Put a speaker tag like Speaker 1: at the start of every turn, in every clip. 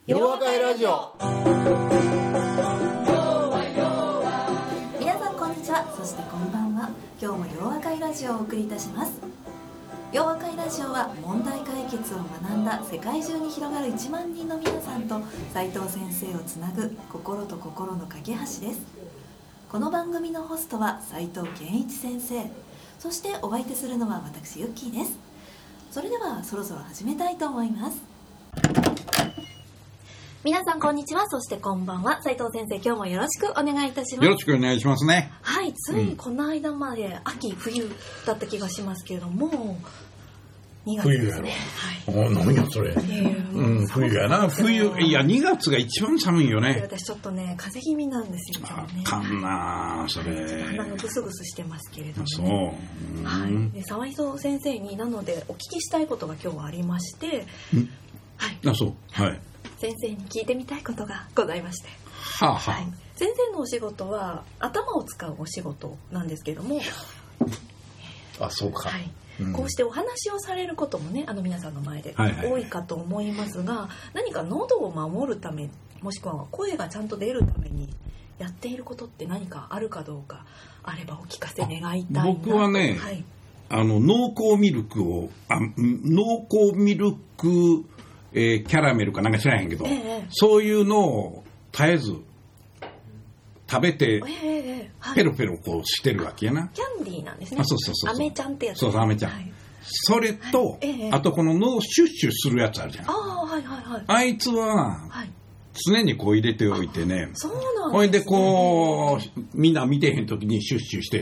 Speaker 1: よわかいラジオ。
Speaker 2: 皆さんこんにちは、そしてこんばんは。今日もよわかいラジオをお送りいたします。よわかいラジオは問題解決を学んだ世界中に広がる1万人の皆さんと斉藤先生をつなぐ心と心の架け橋です。この番組のホストは斉藤健一先生、そしてお相手するのは私ユッキーです。それではそろそろ始めたいと思います。皆さんこんにちは、そしてこんばんは。斉藤先生、今日もよろしくお願いいたします。
Speaker 1: よろしくお願いしますね。
Speaker 2: はい、ついこの間まで秋冬だった気がしますけれども、2月ですね。
Speaker 1: 冬やろ。何やそれ。冬やな。冬、いや2月が一番寒いよね。
Speaker 2: 私ちょっとね風邪気味なんですよ。
Speaker 1: あかんなそれ。
Speaker 2: 鼻がブスブスしてますけれども、ね。
Speaker 1: そう。
Speaker 2: はい。で斉藤先生になのでお聞きしたいことが今日はありまして、はい。
Speaker 1: あ、そう。はい。
Speaker 2: 先生に聞いてみたいことがございまして。
Speaker 1: はあはあ。
Speaker 2: はい。先生のお仕事は頭を使うお仕事なんですけども。
Speaker 1: あ、そうか。
Speaker 2: はい。こうしてお話をされることもね、皆さんの前で多いかと思いますが、何か喉を守るため、もしくは声がちゃんと出るためにやっていることって何かあるかどうかあればお聞かせ願いたいな。
Speaker 1: 僕はね、
Speaker 2: はい、
Speaker 1: 濃厚ミルクを濃厚ミルク、キャラメルかなんか知らへんけど、そういうのを絶えず食べて、ペロペロこうしてるわけやな。
Speaker 2: キャンディーなんですね。
Speaker 1: あ、そうそうそう。
Speaker 2: アメちゃんってやつ。
Speaker 1: そうそう、アメちゃん。はい、それと、あとこの脳シュッシュするやつあるじゃん。
Speaker 2: はいはいはい。
Speaker 1: あいつは、常にこう入れておいてね。
Speaker 2: そうなんですね。
Speaker 1: ほいでこう、みんな見てへんときにシュッシュして。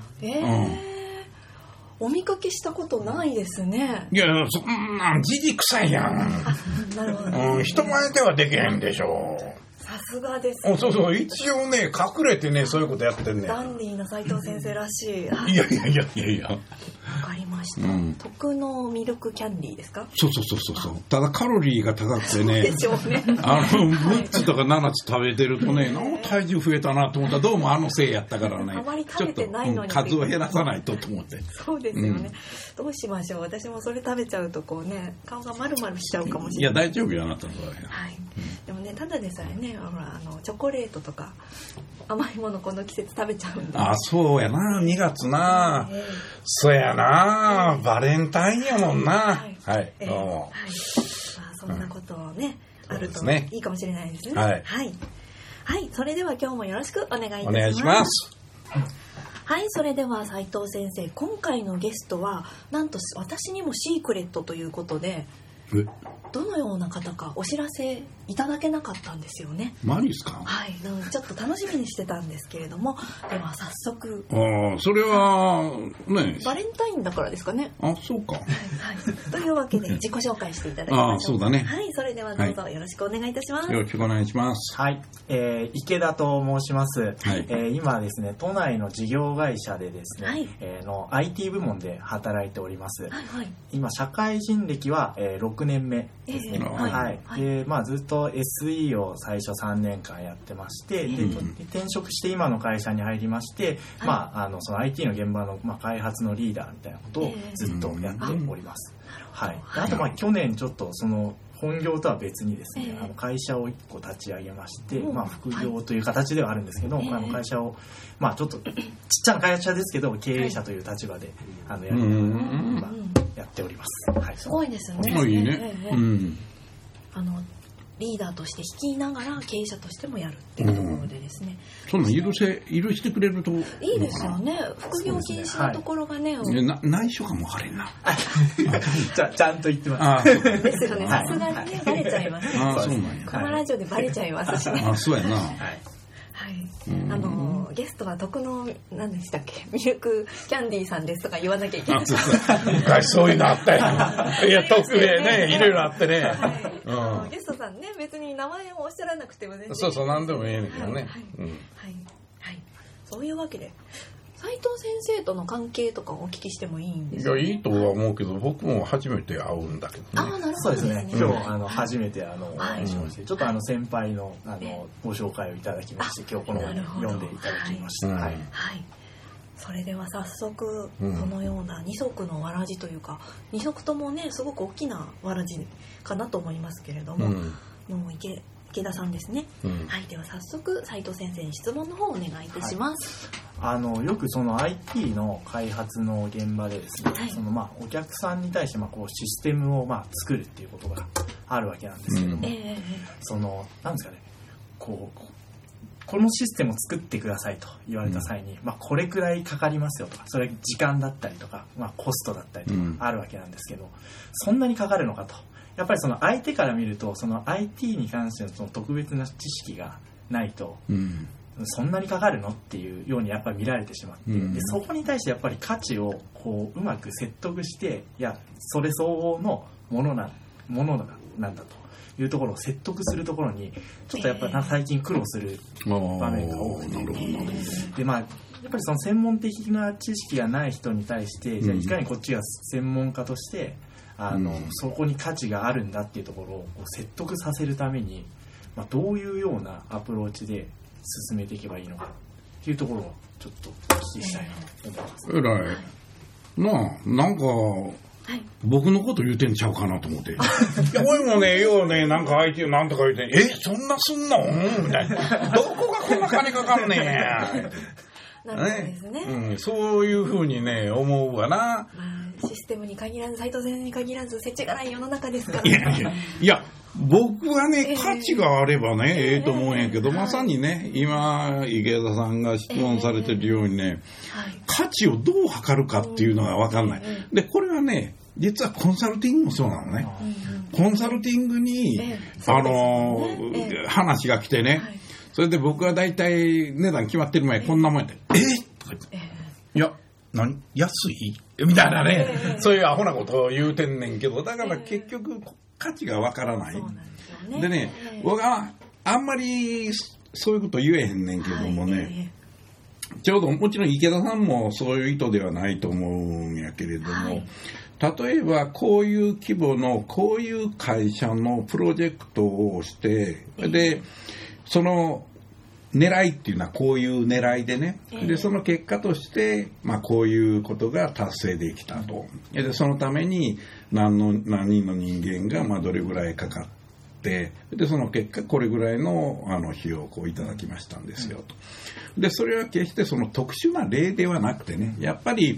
Speaker 2: お見かけしたことないですね。
Speaker 1: いや、そんなんじじくさいやん。
Speaker 2: なるほど。
Speaker 1: 人前ではできへんでしょ。
Speaker 2: さすがですね。
Speaker 1: そうそう、一応ね、隠れてね、そういうことやってんねん。
Speaker 2: ダンディーな斉藤先生らしい。
Speaker 1: いや。わ
Speaker 2: かりました。特のミルクキャンディーですか？そう。
Speaker 1: ただカロリーが高くてね。
Speaker 2: でしょうね。
Speaker 1: 6つとか7つ食べてるとね、体重増えたなと思ったら、どうもせいやったからね。
Speaker 2: あまり食べてないのに。
Speaker 1: 数を減らさないと思って。
Speaker 2: そうですよね。どうしましょう。私もそれ食べちゃうとこうね、顔が丸々しちゃうかもしれない。
Speaker 1: いや、大丈夫やなと思う。
Speaker 2: はい。でもね、ただでさえね、チョコレートとか甘いものこの季節食べちゃうんで。
Speaker 1: あ、そうやな、2月な。そうやな、バレンタインやもんな。はい。
Speaker 2: そんなことをね、あるといいかもしれないですね。はい。それでは今日もよろしくお願いいたします。
Speaker 1: お願いします。
Speaker 2: はい、それでは斉藤先生、今回のゲストはなんと私にもシークレットということで、どのような方かお知らせいただけなかったんですよね。
Speaker 1: マジですか？
Speaker 2: はい、ちょっと楽しみにしてたんですけれども、では早速。
Speaker 1: それはね、
Speaker 2: バレンタインだからですかね。
Speaker 1: あ、そうか。
Speaker 2: というわけで自己紹介していただきましょう。
Speaker 1: そうだね。
Speaker 2: はい、それではどうぞよろしくお願いいたします。
Speaker 1: よろしくお願いします。
Speaker 3: はい、池田と申します。今ですね、都内の事業会社でですね、の IT 部門で働いております。今社会人歴は6年目ですね。で、ずっと SE を最初3年間やってまして、で転職して今の会社に入りまして、その IT の現場の開発のリーダーみたいなことをずっとやっております。あと去年ちょっとその本業とは別にですね、会社を1個立ち上げまして、副業という形ではあるんですけど、会社をちょっとちっちゃな会社ですけど経営者という立場でやっております。
Speaker 2: すごいですね。
Speaker 1: いいね。
Speaker 2: リーダーとして率いながら経営者としてもやるっていうところでですね。
Speaker 1: そんな許してくれるとい
Speaker 2: いですよね。副業禁止のところがね。
Speaker 1: 内緒かもわかれんな。
Speaker 3: ちゃんと言ってます。
Speaker 2: ですよね。さすがにねバレちゃいます。
Speaker 1: そうなんや。
Speaker 2: このラジオでバレちゃいますしね。
Speaker 1: そうやな。
Speaker 2: ゲストは徳の何でしたっけ、ミルクキャンディーさんですとか言わなきゃいけない。
Speaker 1: 昔そういうのあったよ。いや徳でね、いろいろあってね。
Speaker 2: ゲストさんね、別に名前をおっしゃらなくてもね。
Speaker 1: そう何でもいいんだけどね。
Speaker 2: そういうわけで斉藤先生との関係とかお聞きしてもいいんですか？
Speaker 1: いいとは思うけど、僕も初めて会うんだけどね。
Speaker 2: なるほどですね。
Speaker 3: そうですね。今日初めてお会いしまして、ちょっと先輩のご紹介をいただきまして、今日この読んでいただきました。
Speaker 2: それでは早速このような二足のわらじというか、二足ともねすごく大きなわらじかなと思いますけれども、 の池田さんですね、はい、では早速斉藤先生に質問の方をお願いいたします。
Speaker 3: よくその IT の開発の現場でですね、お客さんに対してこうシステムを作るっていうことがあるわけなんですけども、なんですかね、このシステムを作ってくださいと言われた際に、これくらいかかりますよとか、それ時間だったりとか、コストだったりとかあるわけなんですけど、そんなにかかるのかと。やっぱりその相手から見ると、その IT に関してのその特別な知識がないと、そんなにかかるのっていうようにやっぱり見られてしまって、でそこに対してやっぱり価値をこううまく説得して、いやそれ相応のものなんだというところを説得するところにちょっとやっぱり最近苦労する場面が多くて、でやっぱりその専門的な知識がない人に対して、じゃあいかにこっちが専門家としてそこに価値があるんだっていうところを説得させるために、どういうようなアプローチで進めていけばいいのかっていうところをちょっとお聞きしたいなと思います。
Speaker 1: えらいなんか、僕のこと言うてんちゃうかなと思って。いや、俺もね、ようね、なんか相手なんとか言うて、そんなすんのみたいな。どこがこんな金かかんねんや。
Speaker 2: なるほどですね。
Speaker 1: そういうふうにね、思うわな。
Speaker 2: システムに限らず、斉藤先生に限らず、設置がない世の中ですから。
Speaker 1: いや、僕はね、価値があればね、と思うんやけど、まさにね、今、池田さんが質問されてるようにね、価値をどう測るかっていうのが分かんない。で、これはね、実はコンサルティングもそうなのね。コンサルティングに、話が来てね、それで僕は大体値段決まってる前、こんなもんやって、とか言って、いや、安いみたいなね、そういうアホなことを言うてんねんけど、だから結局価値がわからない。でね、僕はあんまりそういうこと言えへんねんけどもね、ちょうどもちろん池田さんもそういう意図ではないと思うんやけれども、例えばこういう規模のこういう会社のプロジェクトをして、でその狙いっていうのはこういう狙いでね、でその結果として、こういうことが達成できたと。でそのために何人の人間がどれぐらいかかって、でその結果これぐらいの費用をこういただきましたんですよと。でそれは決してその特殊な例ではなくてね、やっぱり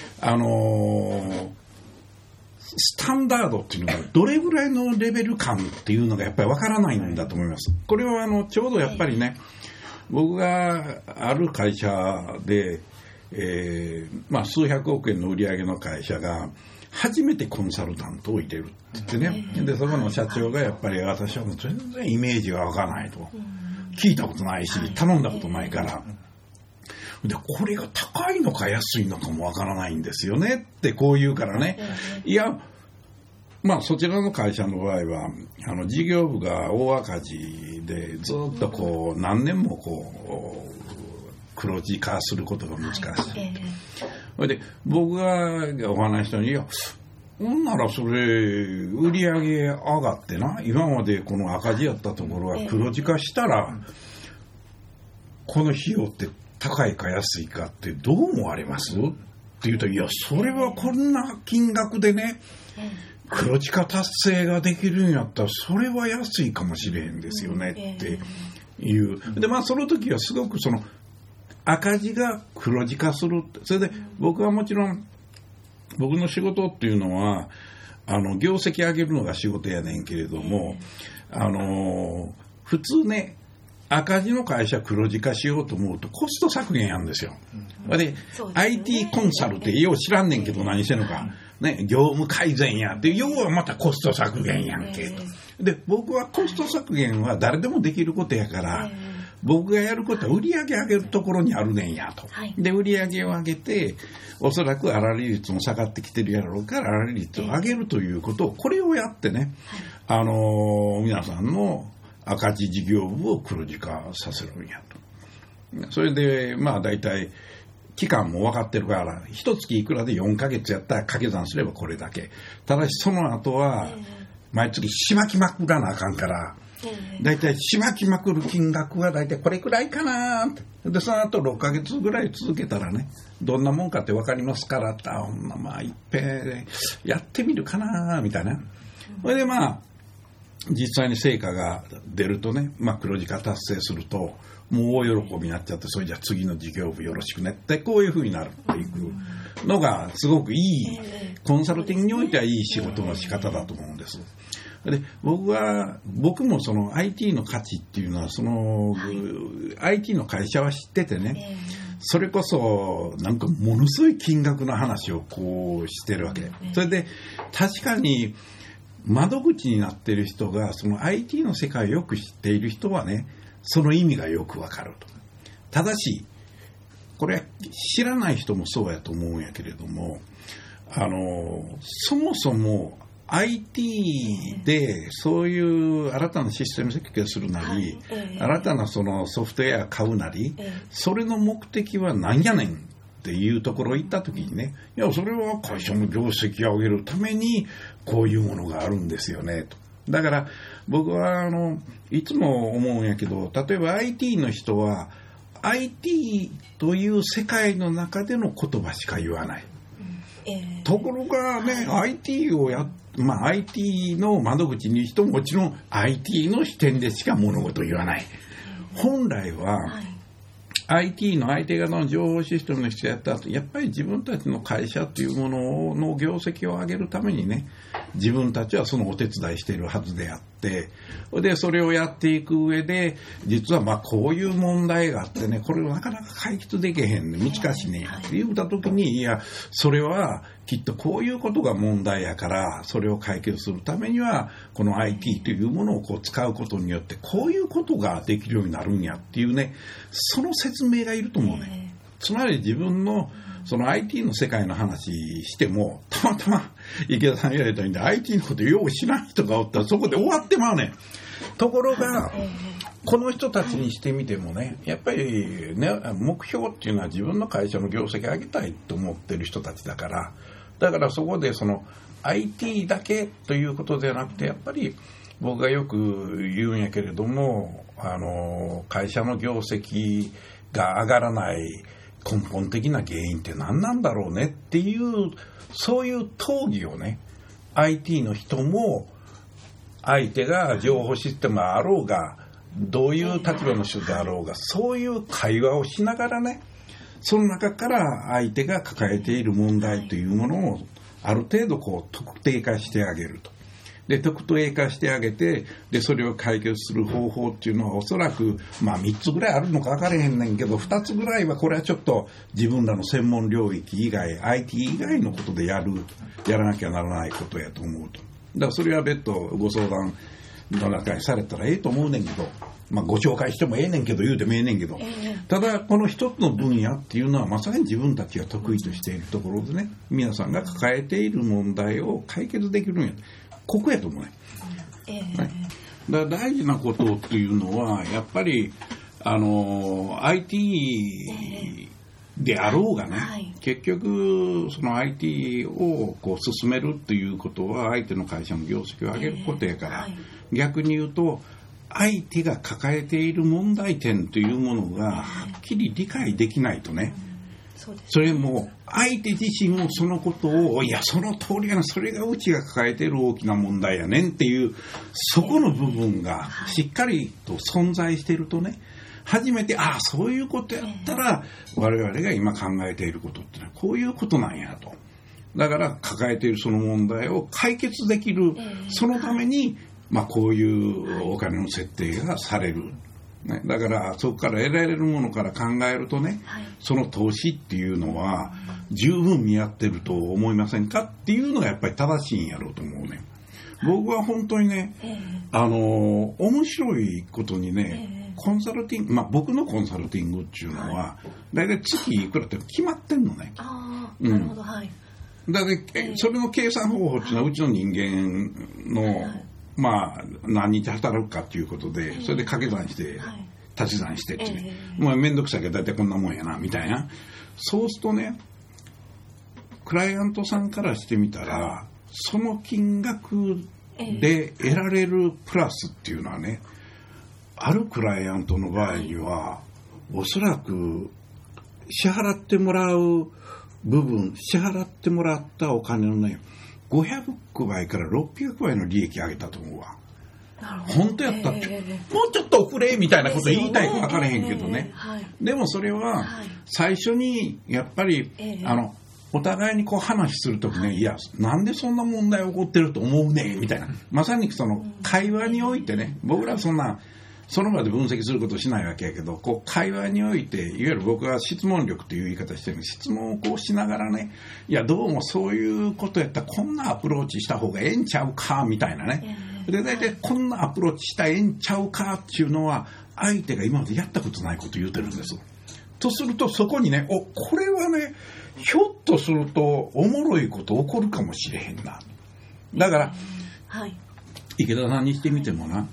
Speaker 1: スタンダードっていうのがどれぐらいのレベル感っていうのがやっぱりわからないんだと思います。これはちょうどやっぱりね、僕がある会社で、数百億円の売り上げの会社が初めてコンサルタントを入れるって言ってね、でそこの社長がやっぱり私はもう全然イメージがわからないと、聞いたことないし頼んだことないから、でこれが高いのか安いのかもわからないんですよねってこう言うからね、いやそちらの会社の場合は事業部が大赤字でずっとこう何年もこう黒字化することが難しい。それで僕がお話したのに、いやほんならそれ売り上げ上がってな、今までこの赤字やったところが黒字化したら、この費用って高いか安いかってどう思われますって言うと、いやそれはこんな金額でね黒字化達成ができるんやったらそれは安いかもしれへんですよねっていう。でその時はすごくその赤字が黒字化する。それで僕はもちろん僕の仕事っていうのは業績上げるのが仕事やねんけれども、普通ね赤字の会社黒字化しようと思うとコスト削減やんですよ。で IT コンサルってよう知らんねんけど何してんのか、ね、業務改善やって要はまたコスト削減やんけと。で僕はコスト削減は誰でもできることやから、僕がやることは売り上げ上げるところにあるねんやと。で売り上げを上げておそらく粗利率も下がってきてるやろうから粗利率を上げるということをこれをやってね、皆さんの赤字事業部を黒字化させるんやと。それでだいたい期間も分かってるから一月いくらで4ヶ月やったら掛け算すればこれだけ。ただしその後は毎月しまきまくらなあかんから、だいたいしまきまくる金額はだいたいこれくらいかなって。でその後6ヶ月ぐらい続けたらねどんなもんかって分かりますからって、いっぺんやってみるかなみたいな。それで実際に成果が出るとね、黒字化達成するともう大喜びになっちゃって、それじゃあ次の事業部よろしくねってこういう風になるっていくのがすごくいい、コンサルティングにおいてはいい仕事の仕方だと思うんです。で僕もその IT の価値っていうのはその、IT の会社は知っててね、それこそなんかものすごい金額の話をこうしてるわけ。それで確かに窓口になっている人がその IT の世界をよく知っている人はね、その意味がよくわかると。ただしこれは知らない人もそうやと思うんやけれども、そもそも IT でそういう新たなシステム設計するなり、新たなそのソフトウェア買うなり、それの目的は何やねんっていうところを行った時にね、いやそれは会社の業績を上げるためにこういうものがあるんですよねと。だから僕はいつも思うんやけど、例えば IT の人は IT という世界の中での言葉しか言わない、ところがね、IT をIT の窓口にいる人ももちろん IT の視点でしか物事を言わない。本来は、IT の相手方の情報システムの人やった後、やっぱり自分たちの会社というものの業績を上げるためにね、自分たちはそのお手伝いしているはずであって、でそれをやっていく上で実はこういう問題があってね、これをなかなか解決できへんね、難しいねって言った時に、いやそれはきっとこういうことが問題やから、それを解決するためにはこの IT というものをこう使うことによってこういうことができるようになるんやっていうね、その説明がいると思うね。つまり自分のその IT の世界の話しても、たまたま池田さん言われたように IT のことよう知らん人がおったらそこで終わってまうねん。ところがこの人たちにしてみてもね、やっぱりね、目標っていうのは自分の会社の業績を上げたいと思ってる人たちだから、だからそこでその IT だけということではなくて、やっぱり僕がよく言うんやけれども、会社の業績が上がらない根本的な原因って何なんだろうねっていう、そういう討議をね、 IT の人も相手が情報システムあろうがどういう立場の人であろうが、そういう会話をしながらね、その中から相手が抱えている問題というものをある程度こう特定化してあげると。で特定化してあげて、でそれを解決する方法っていうのはおそらく3つぐらいあるのか分からへんねんけど、2つぐらいはこれはちょっと自分らの専門領域以外 IT 以外のことでやらなきゃならないことやと思うと。だからそれは別途ご相談の中にされたらええと思うねんけど、ご紹介してもええねんけど言うてもええねんけど、ただこの一つの分野っていうのはまさに自分たちが得意としているところでね、皆さんが抱えている問題を解決できるんや、ここやと思うね。だから大事なことっていうのはやっぱりIT であろうがね、結局その IT をこう進めるっていうことは相手の会社の業績を上げることやから、逆に言うと相手が抱えている問題点というものがはっきり理解できないとね、それも相手自身もそのことを、いやその通りやな、それがうちが抱えている大きな問題やねんっていう、そこの部分がしっかりと存在しているとね、初めてそういうことやったら我々が今考えていることってのはこういうことなんやと。だから抱えているその問題を解決できる、そのためにこういうお金の設定がされる、ね、だからそこから得られるものから考えるとね、その投資っていうのは十分見合ってると思いませんかっていうのがやっぱり正しいんやろうと思うね。僕は本当にね、面白いことにね、コンサルティング、僕のコンサルティングっていうのはだいたい月いくらって決まってんのね。
Speaker 2: なるほど、
Speaker 1: だってそれの計算方法っていうのはうちの人間の何日働くかっていうことで、それで掛け算して足し算してってね、めんどくさいけど大体こんなもんやなみたいな。そうするとね、クライアントさんからしてみたらその金額で得られるプラスっていうのはね、あるクライアントの場合にはおそらく支払ってもらう部分、支払ってもらったお金のね500倍から600倍の利益上げたと思うわ。 本当やったら、もうちょっと遅れみたいなこと言いたいか分からへんけどね、でもそれは最初にやっぱり、お互いにこう話するときね、いやなんでそんな問題起こってると思うねみたいな、まさにその会話においてね、僕らそんなその場で分析することをしないわけやけど、こう会話においていわゆる僕は質問力という言い方してる、質問をこうしながらね、いやどうもそういうことやったらこんなアプローチした方がええんちゃうかみたいなね、で大体こんなアプローチしたらええんちゃうかっていうのは相手が今までやったことないことを言うてるんです。とするとそこにね、これはねひょっとするとおもろいこと起こるかもしれへんな。だから、池田さんにしてみてもな、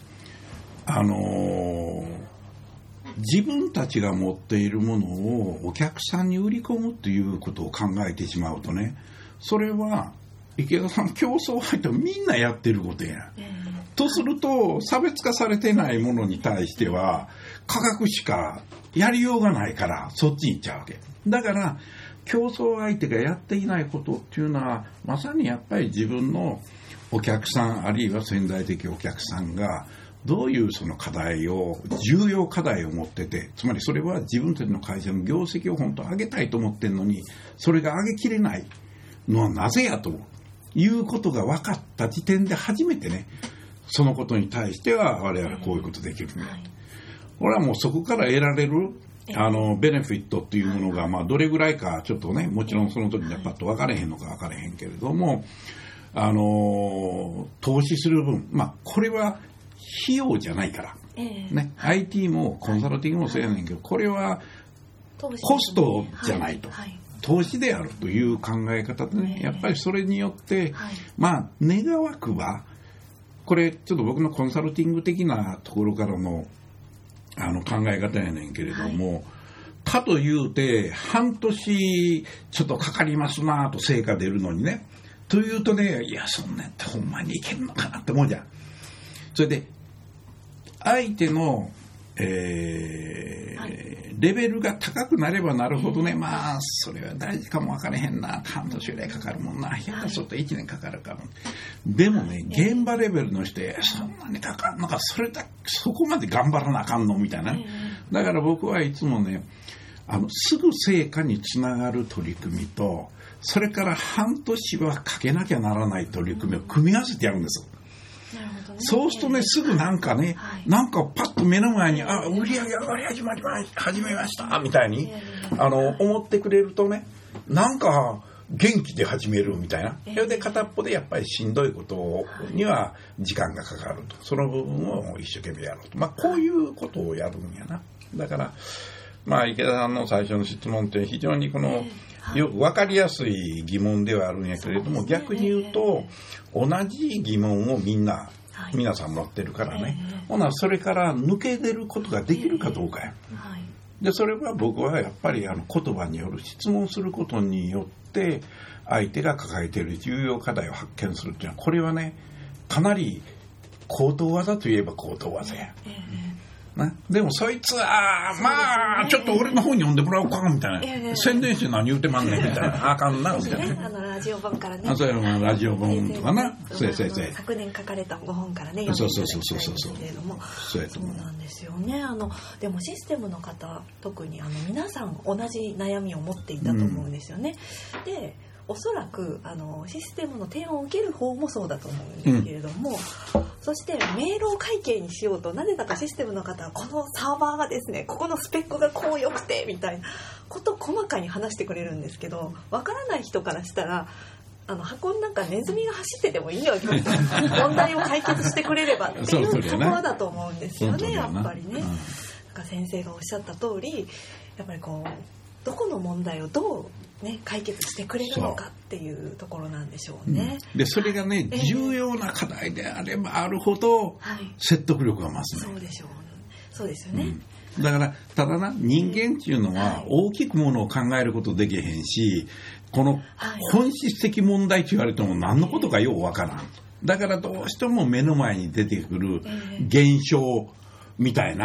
Speaker 1: 自分たちが持っているものをお客さんに売り込むということを考えてしまうとね、それは池田さん競争相手みんなやってることや、とすると差別化されてないものに対しては価格しかやりようがないからそっちに行っちゃうわけだから、競争相手がやっていないことっていうのはまさにやっぱり自分のお客さんあるいは潜在的お客さんがどういうその課題を、重要課題を持ってて、つまりそれは自分たちの会社の業績を本当上げたいと思ってるのにそれが上げきれないのはなぜやということが分かった時点で初めてね、そのことに対しては我々こういうことできるんだ、これはもうそこから得られるベネフィットっていうものがまあどれぐらいかちょっとね、もちろんその時にはパッと分かれへんのか分かれへんけれども、投資する分、まあこれは費用じゃないから、ね、IT もコンサルティングもそうやねんけど、これはコストじゃないと、投資であるという考え方でね、やっぱりそれによって、まあ願わくば、これちょっと僕のコンサルティング的なところからの考え方やねんけれども、かというて半年ちょっとかかりますなと成果出るのにね、というとね、いやそんなやってほんまにいけるのかなって思うじゃん。それで相手の、レベルが高くなればなるほどね、まあそれは大事かも分からへんな、半年ぐらいかかるもんな、下手すると1年かかるかも、でもね現場レベルの人そんなにかかるのか、そこまで頑張らなあかんのみたいな、だから僕はいつもね、すぐ成果につながる取り組みと、それから半年はかけなきゃならない取り組みを組み合わせてやるんです。そうするとね、すぐなんかね、なんかパッと目の前に売り上げ上がり始めましたみたいに思ってくれるとね、なんか元気で始めるみたいな。それで片っぽでやっぱりしんどいことには時間がかかると、その部分を一生懸命やろうと、まあこういうことをやるんやな。だからまあ池田さんの最初の質問って非常にこのよく分かりやすい疑問ではあるんやけれども、逆に言うと同じ疑問を皆さん持ってるからね、ほなそれから抜け出ることができるかどうかや、でそれは僕はやっぱり言葉による質問することによって相手が抱えている重要課題を発見するっていうのは、これはねかなり高等技といえば高等技や、でもそいつはまあちょっと俺の方に読んでもらおうかみたいな、宣伝して何言うてまんねんみたいな、あかんなみたいな、
Speaker 2: ラジオ本からね、
Speaker 1: そうやラジオ本とかな、
Speaker 2: 昨年書かれた5本からね、読んでいただきたいんですけれども、そうなんですよね。でもシステムの方、特に皆さん同じ悩みを持っていたと思うんですよね、でおそらくシステムの提案を受ける方もそうだと思うんですけれども、そしてメールを会計にしようと、なぜだかシステムの方はこのサーバーがですね、ここのスペックがこう良くてみたいなことを細かに話してくれるんですけど、わからない人からしたら箱の中ネズミが走っててもいいわけですよ問題を解決してくれればっていうところだと思うんですよね、やっぱりね。なんか先生がおっしゃった通り、やっぱりこうどこの問題をどう、ね、解決してくれるのかっていうところなんでしょうね。
Speaker 1: でそれがね、重要な課題であればあるほど説得力が増すね、
Speaker 2: そうでしょう、そうですよね、
Speaker 1: だからただな、人間っていうのは大きくものを考えることできへんし、この本質的問題と言われても何のことかようわからん、だからどうしても目の前に出てくる現象みたいな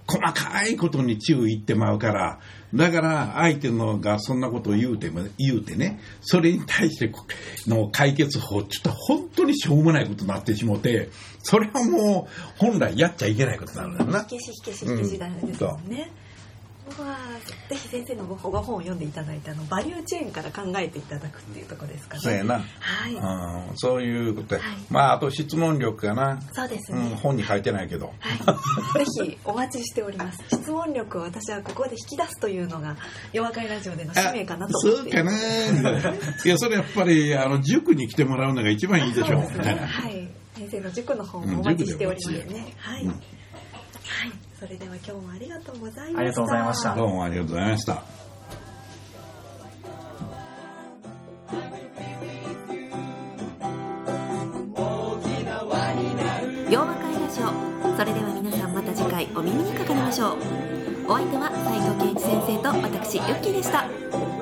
Speaker 1: 細かいことに注意ってまうから、だから相手のがそんなことを言うてね、それに対しての解決法ちょっと本当にしょうもないことになってしもて、それはもう本来やっちゃいけないことなんだよな。
Speaker 2: 火消しなんですもんね。ぜひ先生のご本を読んでいただいてバリューチェーンから考えていただくっていうところですかね。
Speaker 1: そうやな、はい、そういうことで、はい、あと質問力かな。
Speaker 2: そうですね、
Speaker 1: 本に書いてないけど、
Speaker 2: はい、ぜひお待ちしております。質問力を私はここで引き出すというのが夜和会ラジオでの使命かなと思っています。
Speaker 1: そうかないやそれやっぱり塾に来てもらうのが一番いいでしょう。
Speaker 2: そうですね、はい、先生の塾の方もお待ちしておりますね。はい、はい、それでは今日もありがとうございました。
Speaker 3: ありがとうございました。
Speaker 1: どうもありがとうございました。
Speaker 2: 洋和会ラジオ、それでは皆さんまた次回お耳にかかりましょう。お相手は斉藤健一先生と私ユッキーでした。